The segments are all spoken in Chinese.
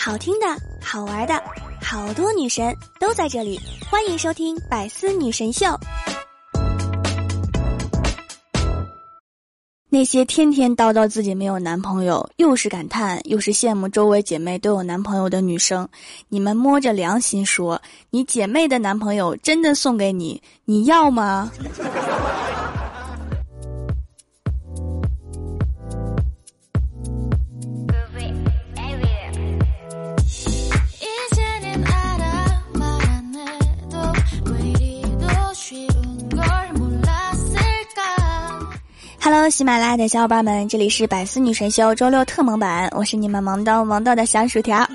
好听的，好玩的，好多女神都在这里，欢迎收听百思女神秀。那些天天叨叨自己没有男朋友，又是感叹又是羡慕周围姐妹都有男朋友的女生，你们摸着良心说，你姐妹的男朋友真的送给你，你要吗？Hello， 喜马拉雅的小伙伴们，这里是百思女神秀周六特萌版，我是你们萌到的小薯条。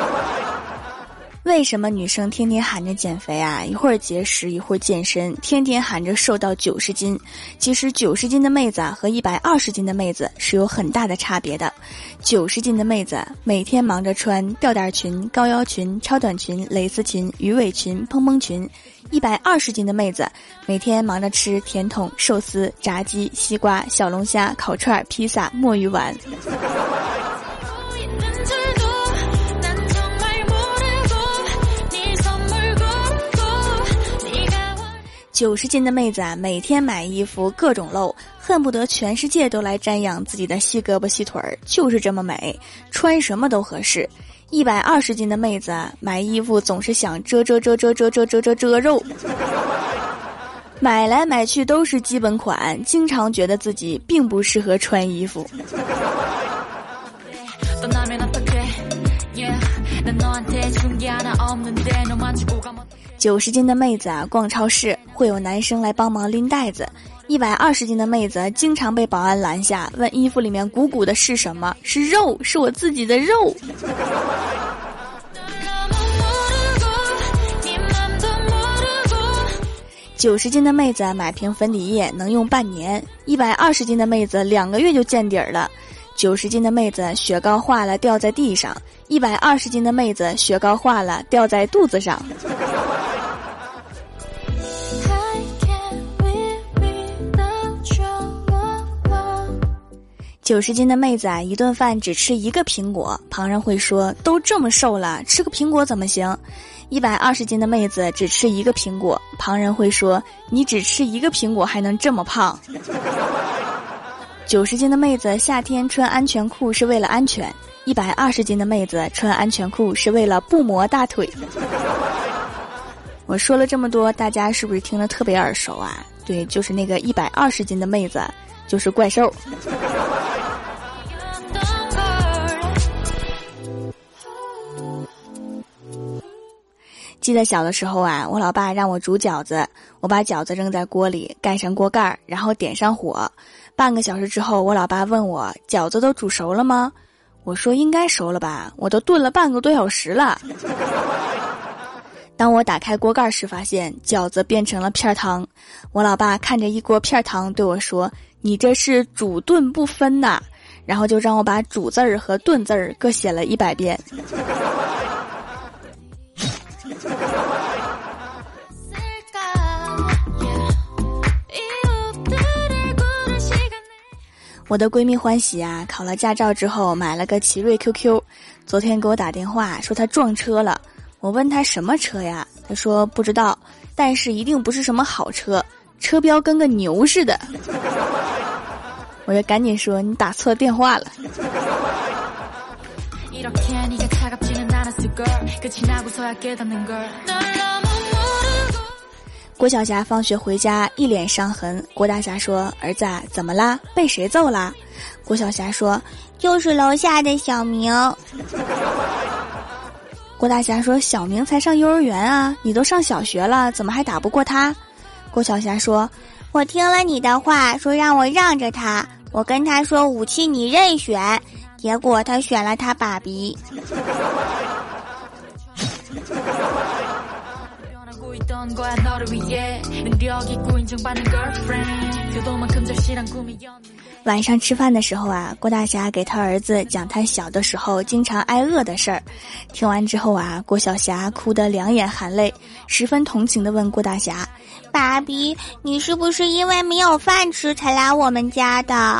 为什么女生天天喊着减肥啊，一会儿节食一会儿健身，天天喊着瘦到90斤？其实90斤的妹子和120斤的妹子是有很大的差别的。90斤的妹子每天忙着穿吊带裙、高腰裙、超短裙、蕾丝裙、鱼尾裙、蓬蓬裙；120斤的妹子每天忙着吃甜筒、寿司、炸鸡、西瓜、小龙虾、烤串、披萨、墨鱼丸。90斤的妹子啊，每天买衣服各种露，恨不得全世界都来瞻仰自己的细胳膊细腿儿，就是这么美，穿什么都合适。120斤的妹子啊，买衣服总是想遮肉，买来买去都是基本款，经常觉得自己并不适合穿衣服。90斤的妹子啊，逛超市会有男生来帮忙拎袋子；120斤的妹子经常被保安拦下，问衣服里面鼓鼓的是什么？是肉，是我自己的肉。90斤的妹子买瓶粉底液能用半年，120斤的妹子2个月就见底儿了。90斤的妹子雪糕化了掉在地上，120斤的妹子雪糕化了掉在肚子上。90斤的妹子啊，一顿饭只吃1个苹果，旁人会说都这么瘦了，吃个苹果怎么行？120斤的妹子只吃1个苹果，旁人会说你只吃1个苹果还能这么胖？90斤的妹子夏天穿安全裤是为了安全，120斤的妹子穿安全裤是为了不磨大腿。我说了这么多，大家是不是听得特别耳熟啊？对，就是那个120斤的妹子，就是怪兽。记得小的时候啊，我老爸让我煮饺子，我把饺子扔在锅里，盖上锅盖，然后点上火。半个小时之后，我老爸问我饺子都煮熟了吗？我说应该熟了吧，我都炖了半个多小时了。当我打开锅盖时，发现饺子变成了片汤。我老爸看着一锅片汤对我说，你这是煮炖不分呐，然后就让我把煮字儿和炖字儿各写了100遍。我的闺蜜欢喜啊，考了驾照之后买了个奇瑞 QQ， 昨天给我打电话说她撞车了。我问她什么车呀？她说不知道，但是一定不是什么好车，车标跟个牛似的。我就赶紧说你打错电话了。郭晓霞放学回家一脸伤痕，郭大侠说儿子啊，怎么啦？被谁揍啦？郭晓霞说就是楼下的小明。郭大侠说小明才上幼儿园啊，你都上小学了，怎么还打不过他？郭晓霞说我听了你的话，说让我让着他，我跟他说武器你任选，结果他选了他爸比。晚上吃饭的时候啊，郭大侠给他儿子讲他小的时候经常挨饿的事儿。听完之后啊，郭晓霞哭得两眼含泪，十分同情地问郭大侠：爸比，你是不是因为没有饭吃才来我们家的？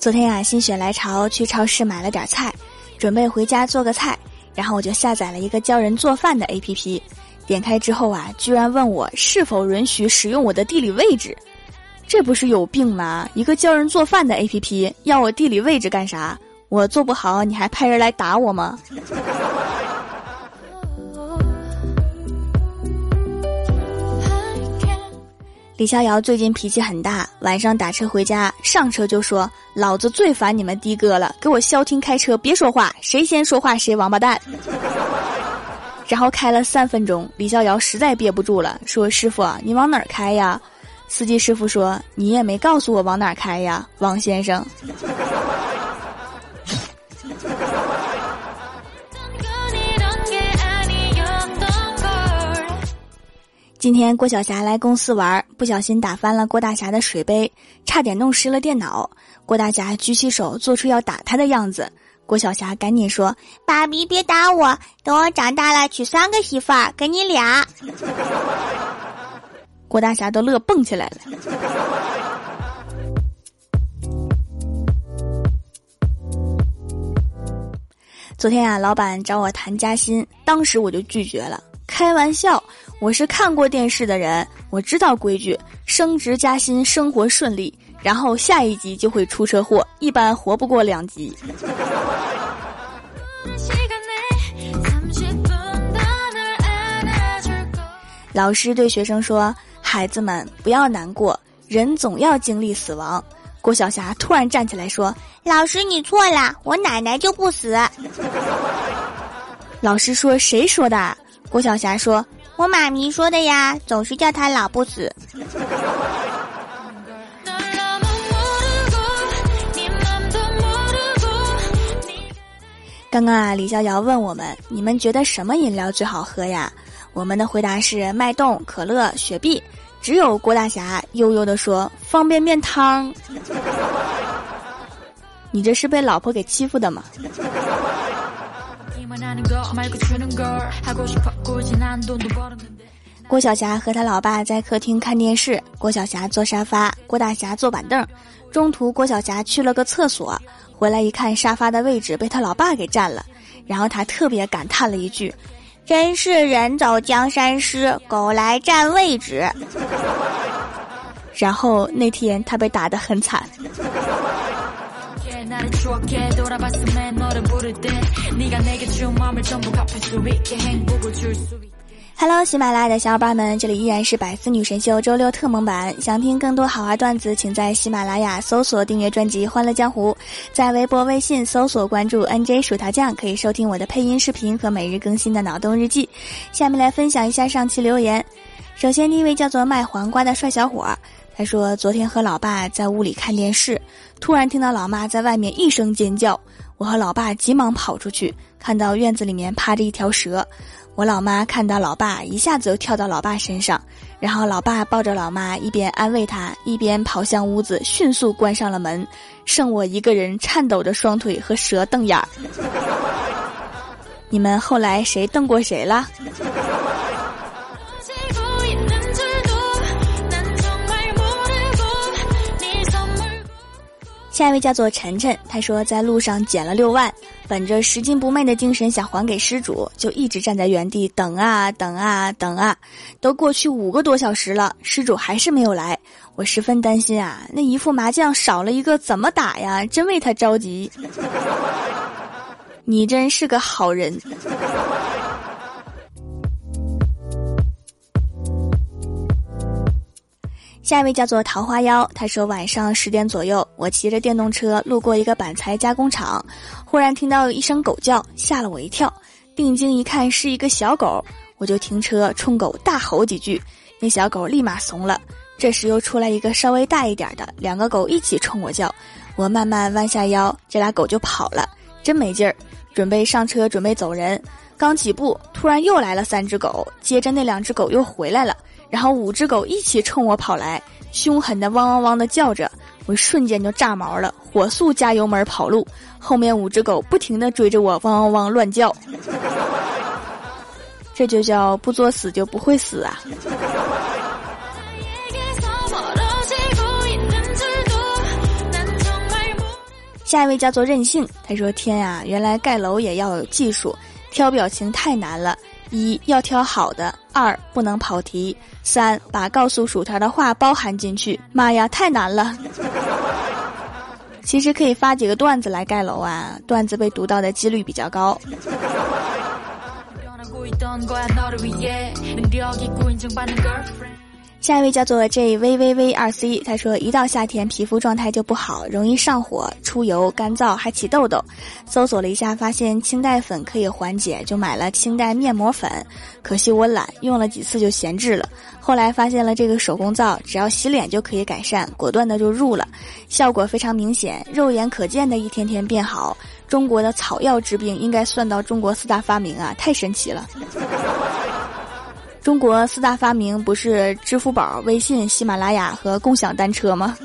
昨天啊，心血来潮去超市买了点菜，准备回家做个菜，然后我就下载了一个教人做饭的 APP， 点开之后啊，居然问我是否允许使用我的地理位置。这不是有病吗？一个教人做饭的 APP 要我地理位置干啥？我做不好你还派人来打我吗？李逍遥最近脾气很大，晚上打车回家，上车就说老子最烦你们的哥了，给我消停开车，别说话，谁先说话谁王八蛋。然后开了3分钟，李逍遥实在憋不住了，说师傅你往哪儿开呀？司机师傅说你也没告诉我往哪儿开呀，王先生。今天郭晓霞来公司玩，不小心打翻了郭大侠的水杯，差点弄湿了电脑。郭大侠举起手做出要打他的样子，郭晓霞赶紧说爸比别打我，等我长大了娶3个媳妇儿给你俩。郭大侠都乐蹦起来了。昨天啊，老板找我谈加薪，当时我就拒绝了。开玩笑，我是看过电视的人，我知道规矩，升职加薪，生活顺利，然后下一集就会出车祸，一般活不过2集。老师对学生说，孩子们不要难过，人总要经历死亡。郭晓霞突然站起来说，老师你错了，我奶奶就不死。老师说谁说的？郭晓霞说我妈咪说的呀，总是叫她老不死。刚刚啊，李逍遥问我们，你们觉得什么饮料最好喝呀？我们的回答是脉动、可乐、雪碧，只有郭大侠悠悠地说方便面汤。你这是被老婆给欺负的吗？郭晓霞和他老爸在客厅看电视，郭晓霞坐沙发，郭大侠坐板凳。中途郭晓霞去了个厕所，回来一看沙发的位置被他老爸给占了，然后他特别感叹了一句，真是人走江山湿，狗来占位置。然后那天他被打得很惨。Hello， 喜马拉雅的小伙伴们，这里依然是百思女神秀周6特蒙版。想听更多好玩段子，请在喜马拉雅搜索订阅专辑《欢乐江湖》，在微博、微信搜索关注 NJ 薯条酱，可以收听我的配音视频和每日更新的脑洞日记。下面来分享一下上期留言。首先第一位叫做卖黄瓜的帅小伙，他说昨天和老爸在屋里看电视，突然听到老妈在外面一声尖叫，我和老爸急忙跑出去，看到院子里面趴着一条蛇。我老妈看到老爸一下子就跳到老爸身上，然后老爸抱着老妈一边安慰她，一边跑向屋子，迅速关上了门，剩我一个人颤抖着双腿和蛇瞪眼儿。你们后来谁瞪过谁了？下一位叫做晨晨，他说在路上捡了6万，本着拾金不昧的精神想还给失主，就一直站在原地等啊等啊等啊，都过去5个多小时了，失主还是没有来，我十分担心啊，那一副麻将少了一个怎么打呀，真为他着急。你真是个好人。下一位叫做桃花妖，他说晚上10点左右，我骑着电动车路过一个板材加工厂，忽然听到一声狗叫，吓了我一跳，定睛一看是一个小狗，我就停车冲狗大吼几句，那小狗立马怂了。这时又出来一个稍微大一点的，2个狗一起冲我叫，我慢慢弯下腰，这俩狗就跑了，真没劲儿，准备上车准备走人，刚起步突然又来了3只狗，接着那2只狗又回来了，然后5只狗一起冲我跑来，凶狠的汪汪汪的叫着，我瞬间就炸毛了，火速加油门跑路，后面5只狗不停地追着我汪汪汪乱叫。这就叫不作死就不会死啊。 下一位叫做任性，他说天啊，原来盖楼也要有技术，挑表情太难了。1要挑好的，2不能跑题，3把告诉薯条的话包含进去。妈呀，太难了！其实可以发几个段子来盖楼啊，段子被读到的几率比较高。下一位叫做 JVVV2C， 他说一到夏天皮肤状态就不好，容易上火、出油、干燥，还起痘痘。搜索了一下发现清代粉可以缓解，就买了清代面膜粉，可惜我懒，用了几次就闲置了。后来发现了这个手工皂，只要洗脸就可以改善，果断的就入了，效果非常明显，肉眼可见的一天天变好。中国的草药治病应该算到中国4大发明啊，太神奇了。中国4大发明不是支付宝、微信、喜马拉雅和共享单车吗？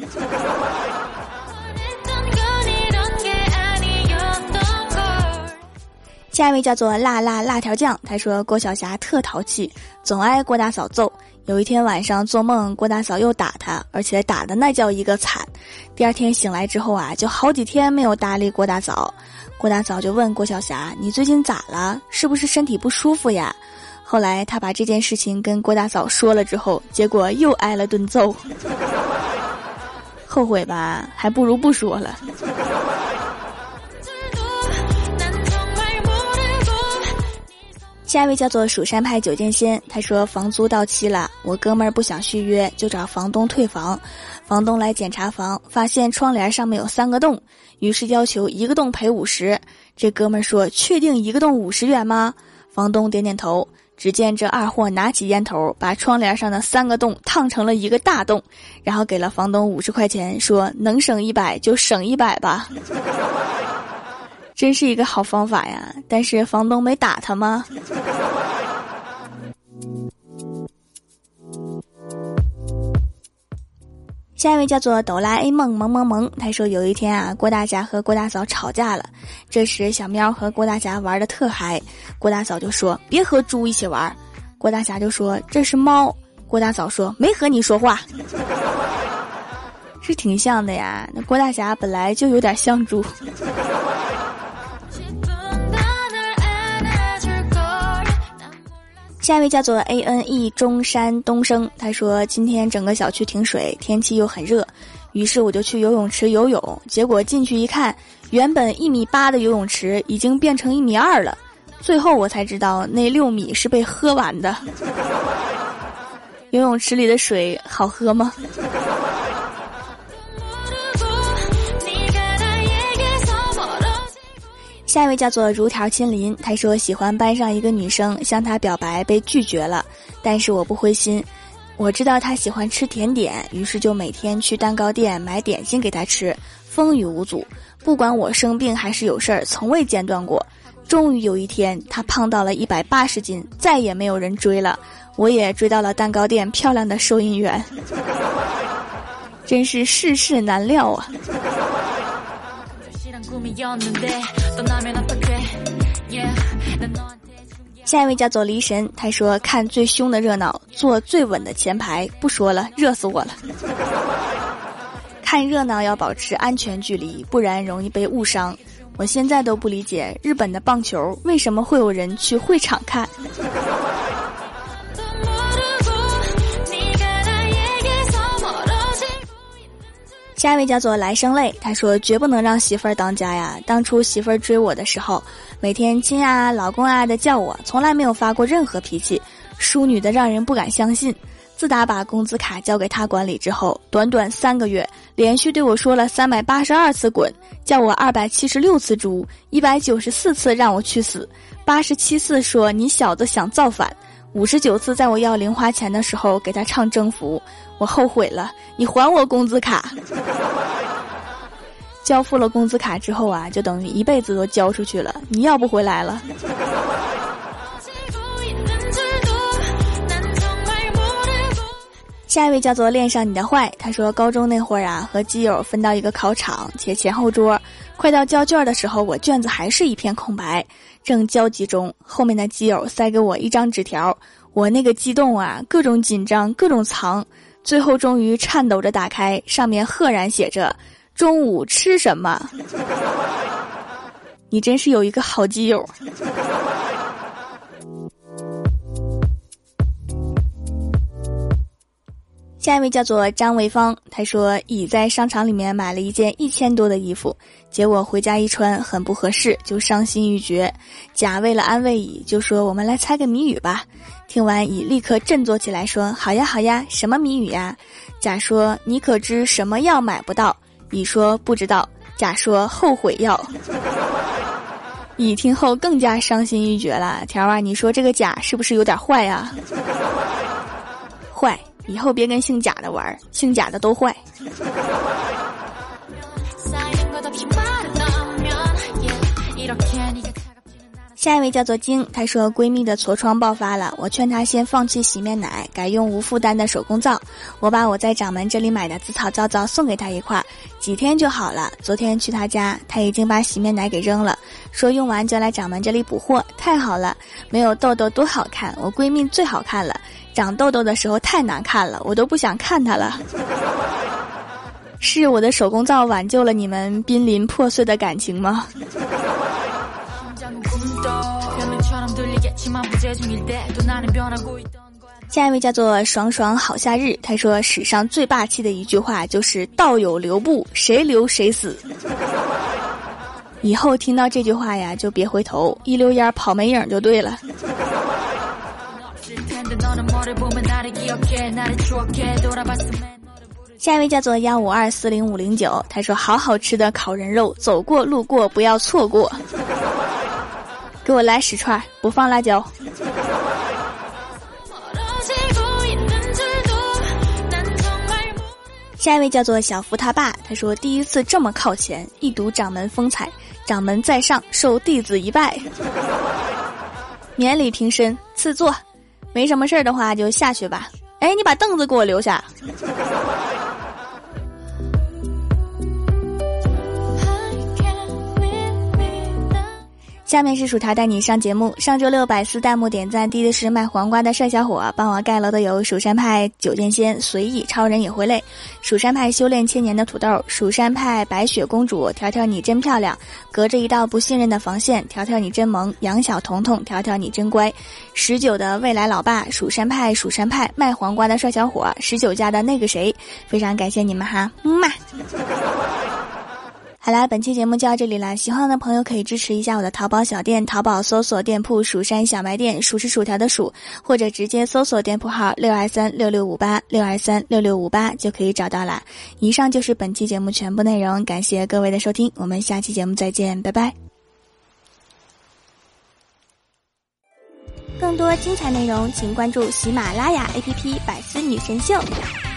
下一位叫做辣条酱，他说郭晓霞特淘气，总挨郭大嫂揍。有一天晚上做梦，郭大嫂又打他，而且打的那叫一个惨。第二天醒来之后啊，就好几天没有搭理郭大嫂。郭大嫂就问郭晓霞，你最近咋了？是不是身体不舒服呀？后来他把这件事情跟郭大嫂说了之后，结果又挨了顿揍。后悔吧，还不如不说了。下一位叫做蜀山派九剑仙，他说房租到期了，我哥们儿不想续约，就找房东退房。房东来检查房，发现窗帘上面有3个洞，于是要求一个洞赔50。这哥们儿说确定一个洞50元吗？房东点点头。只见这二货拿起烟头，把窗帘上的3个洞烫成了一个大洞，然后给了房东50块钱，说能省100就省100吧。真是一个好方法呀，但是房东没打他吗？下一位叫做哆啦 A 梦萌萌萌，他说有一天啊，郭大侠和郭大嫂吵架了，这时小喵和郭大侠玩得特嗨，郭大嫂就说别和猪一起玩，郭大侠就说这是猫，郭大嫂说没和你说话。是挺像的呀，那郭大侠本来就有点像猪。下一位叫做 ANE 中山东升，他说今天整个小区停水，天气又很热，于是我就去游泳池游泳，结果进去一看，原本1.8米的游泳池已经变成1.2米了，最后我才知道那6米是被喝完的。游泳池里的水好喝吗？下一位叫做如条亲临，他说喜欢班上一个女生，向她表白被拒绝了，但是我不灰心，我知道她喜欢吃甜点，于是就每天去蛋糕店买点心给她吃，风雨无阻，不管我生病还是有事儿，从未间断过。终于有一天她胖到了180斤，再也没有人追了，我也追到了蛋糕店漂亮的收银员。真是世事难料啊。下一位叫做离神，他说看最凶的热闹，坐最稳的前排，不说了，热死我了。看热闹要保持安全距离，不然容易被误伤。我现在都不理解日本的棒球为什么会有人去会场看。下一位叫做来生泪，他说绝不能让媳妇儿当家呀，当初媳妇儿追我的时候，每天亲啊老公啊的叫我，从来没有发过任何脾气，淑女的让人不敢相信。自打把工资卡交给他管理之后，短短3个月连续对我说了382次滚，叫我276次猪，194次让我去死，87次说你小子想造反，59次在我要零花钱的时候给他唱征服，我后悔了，你还我工资卡。交付了工资卡之后啊，就等于一辈子都交出去了，你要不回来了。下一位叫做恋上你的坏，他说高中那会儿啊，和基友分到一个考场且前后桌，快到交卷的时候，我卷子还是一片空白，正焦急中，后面的基友塞给我一张纸条，我那个激动啊，各种紧张各种藏，最后终于颤抖着打开，上面赫然写着中午吃什么？你真是有一个好基友。下一位叫做张维芳，他说乙在商场里面买了一件1000多的衣服，结果回家一穿很不合适，就伤心欲绝。甲为了安慰乙，就说我们来猜个谜语吧。听完乙立刻振作起来说好呀好呀，什么谜语呀？甲说你可知什么药买不到？乙说不知道。甲说后悔药。乙听后更加伤心欲绝了。条啊，你说这个甲是不是有点坏啊？坏，以后别跟姓贾的玩，姓贾的都坏。下一位叫做晶，她说闺蜜的痤疮爆发了，我劝她先放弃洗面奶，改用无负担的手工皂。我把我在掌门这里买的紫草皂皂送给她一块，几天就好了。昨天去她家，她已经把洗面奶给扔了，说用完就来掌门这里补货。太好了，没有痘痘多好看，我闺蜜最好看了，长痘痘的时候太难看了，我都不想看她了。是我的手工皂挽救了你们濒临破碎的感情吗？下一位叫做爽爽好夏日，他说史上最霸气的一句话就是道友留步，谁留谁死。以后听到这句话呀，就别回头，一溜烟跑没影就对了。下一位叫做1524059，他说好好吃的烤人肉，走过路过不要错过。给我来10串，不放辣椒。下一位叫做小福他爸，他说第一次这么靠前，一睹掌门风采，掌门在上，受弟子一拜。免礼平身，赐座。没什么事儿的话就下去吧。哎，你把凳子给我留下。下面是薯条带你上节目。上周6百4弹幕点赞低的是卖黄瓜的帅小伙，帮我盖楼的有蜀山派九剑仙、随意超人也会累，蜀山派修炼千年的土豆，蜀山派白雪公主，条条你真漂亮，隔着一道不信任的防线，条条你真萌，杨小彤彤，条条你真乖，19的未来老爸，蜀山派卖黄瓜的帅小伙，19家的那个谁，非常感谢你们哈，嘛。好啦，本期节目就到这里了，喜欢的朋友可以支持一下我的淘宝小店，淘宝搜索店铺蜀山小卖店，蜀是薯条的蜀，或者直接搜索店铺号6236658，6236658就可以找到啦。以上就是本期节目全部内容，感谢各位的收听，我们下期节目再见，拜拜。更多精彩内容请关注喜马拉雅 APP 百思女神秀。